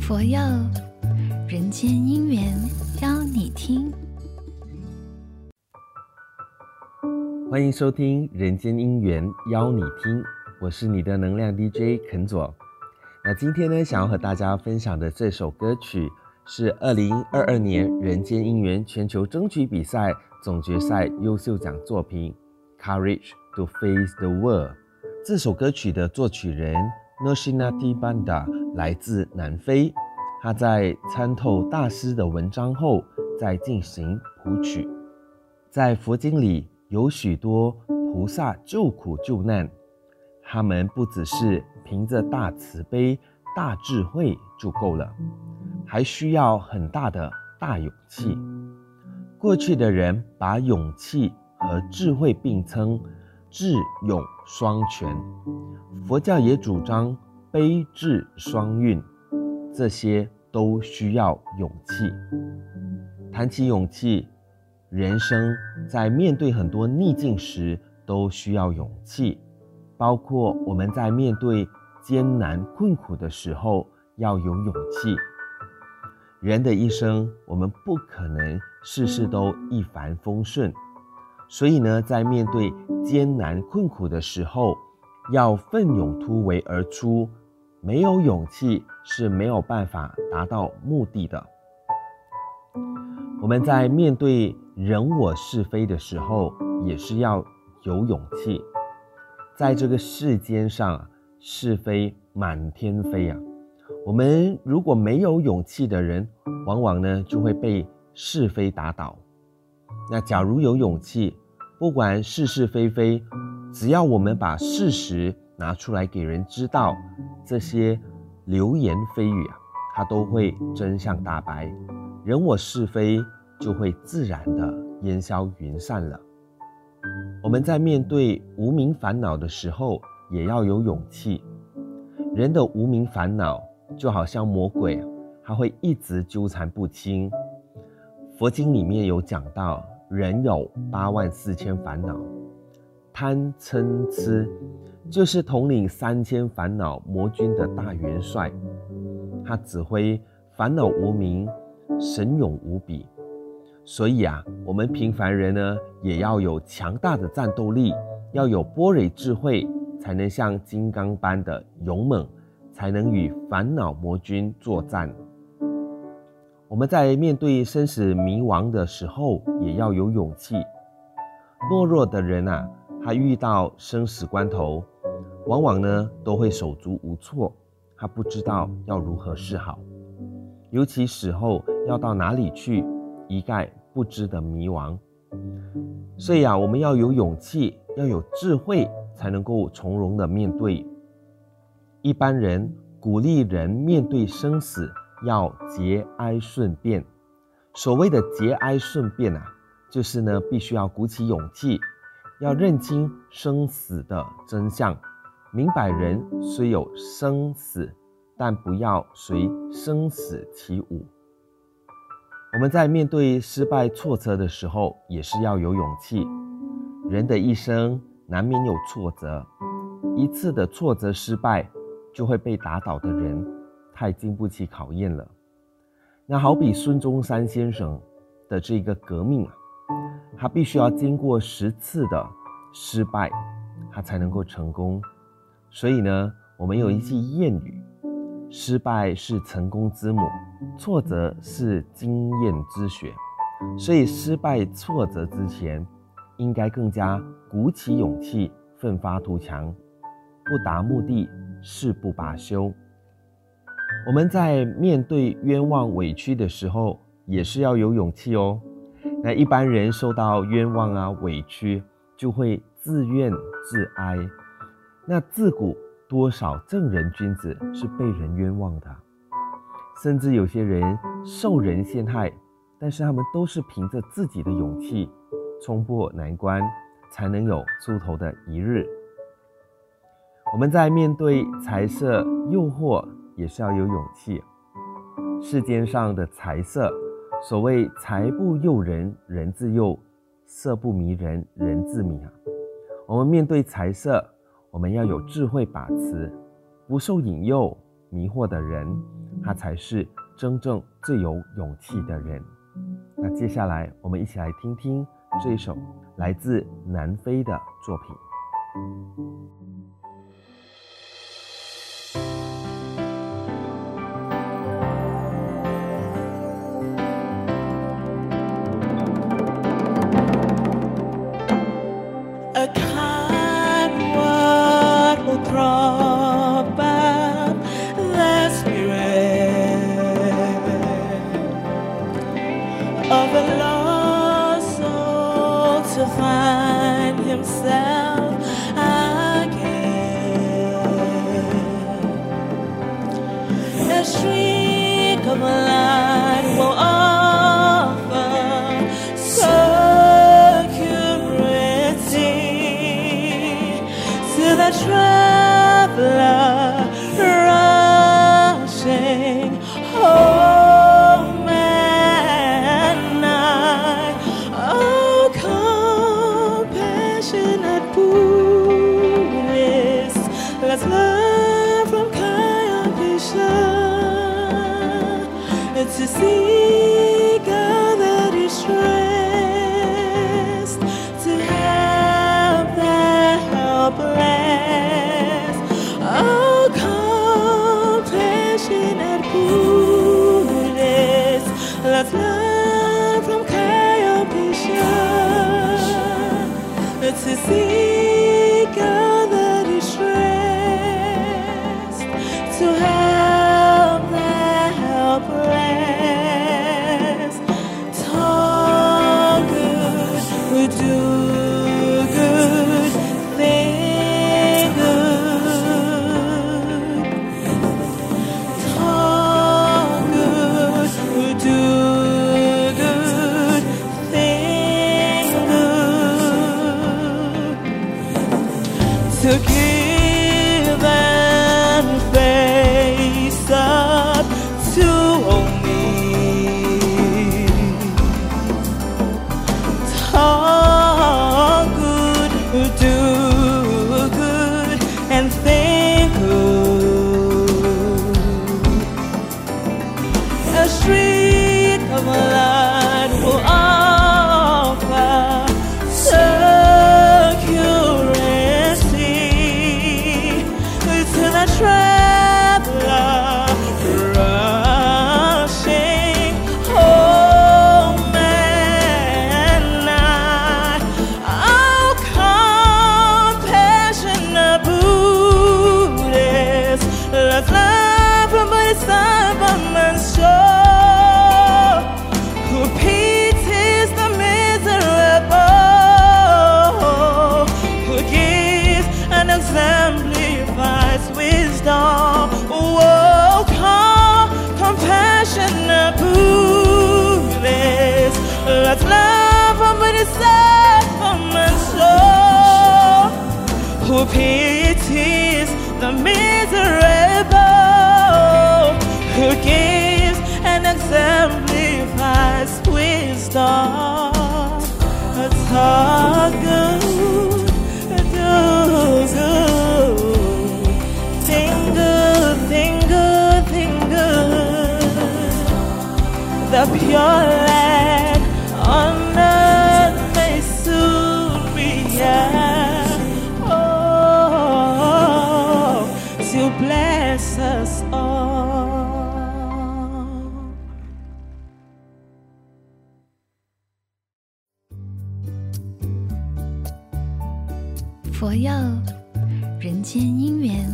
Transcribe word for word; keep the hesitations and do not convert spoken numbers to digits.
佛佑人间姻缘邀你听。 欢迎收听人间姻缘邀你听，我是你的能量 D J 肯佐。那今天呢，想要和大家分享的这首歌曲是二零二二年人间姻缘全球争取比赛总决赛优秀奖作品 Courage to Face the World。 这首歌曲的作曲人 Noshinati Banda 来自南非，他在参透大师的文章后再进行谱曲。在佛经里有许多菩萨救苦救难，他们不只是凭着大慈悲大智慧就够了，还需要很大的大勇气。过去的人把勇气和智慧并称智勇双全，佛教也主张悲智双运，这些都需要勇气。谈起勇气，人生在面对很多逆境时都需要勇气，包括我们在面对艰难困苦的时候要有勇气。人的一生，我们不可能事事都一帆风顺，所以呢，在面对艰难困苦的时候，要奋勇突围而出，没有勇气是没有办法达到目的的。我们在面对人我是非的时候，也是要有勇气。在这个世间上，是非满天飞啊，我们如果没有勇气的人，往往呢就会被是非打倒。那假如有勇气，不管是是非非，只要我们把事实拿出来给人知道，这些流言蜚语啊，它都会真相大白，人我是非就会自然的烟消云散了。我们在面对无明烦恼的时候，也要有勇气。人的无明烦恼就好像魔鬼，他会一直纠缠不清。佛经里面有讲到，人有八万四千烦恼，贪嗔痴就是统领三千烦恼魔军的大元帅，他指挥烦恼无明，神勇无比。所以啊，我们平凡人呢，也要有强大的战斗力，要有般若智慧，才能像金刚般的勇猛，才能与烦恼魔军作战。我们在面对生死迷茫的时候，也要有勇气。懦弱的人啊，他遇到生死关头，往往呢都会手足无措，他不知道要如何是好，尤其死后要到哪里去，一概不知的迷茫。所以啊，我们要有勇气，要有智慧，才能够从容的面对。一般人鼓励人面对生死要节哀顺变，所谓的节哀顺变啊，就是呢必须要鼓起勇气，要认清生死的真相，明白人虽有生死，但不要随生死起舞。我们在面对失败挫折的时候，也是要有勇气。人的一生难免有挫折，一次的挫折失败就会被打倒的人，太经不起考验了。那好比孙中山先生的这个革命啊，他必须要经过十次的失败，他才能够成功。所以呢，我们有一句谚语，失败是成功之母，挫折是经验之学。所以失败挫折之前，应该更加鼓起勇气，奋发图强，不达目的誓不罢休。我们在面对冤枉委屈的时候，也是要有勇气哦。那一般人受到冤枉啊委屈，就会自怨自哀。那自古多少正人君子是被人冤枉的，甚至有些人受人陷害，但是他们都是凭着自己的勇气冲破难关，才能有出头的一日。我们在面对财色诱惑，也是要有勇气。世间上的财色，所谓财不诱人，人自诱；色不迷人，人自迷啊。我们面对财色，我们要有智慧把持，不受引诱迷惑的人， 他才是真正最有勇气的人。那接下来我们一起来听听这一首来自南非的作品。 A kind word will prop up the spirit of a lost soul to find himself again. A shriek of light will offer the traveler rushing home at night. Oh, compassionate Buddhist, let's learn from Kayapesha to see God that is stressed, to help the helpless. Oh, compassionate Buddhist, let's learn from Kayapesha to see God that is stressed, to help the helpless. Talk good, we do good, think good. Talk good, we do good, think good. To give and face up to me. Talk good, do good, and think good. A shriek of light will offer security to the traveler rushing home at night. Oh, compassionate Buddhist, let's learn from Bodhisattva Manso, who pities the miserable, who gives and exemplifies wisdom. Oh, com- compassionate Buddhist, let's learn from Bodhisattva Manso, who pities the miserable, who gives and exemplifies wisdom. Talk good, do good, think good, think good, think good. The pure land on earth may soon be here. Oh, to bless us all. 佛佑人间姻缘，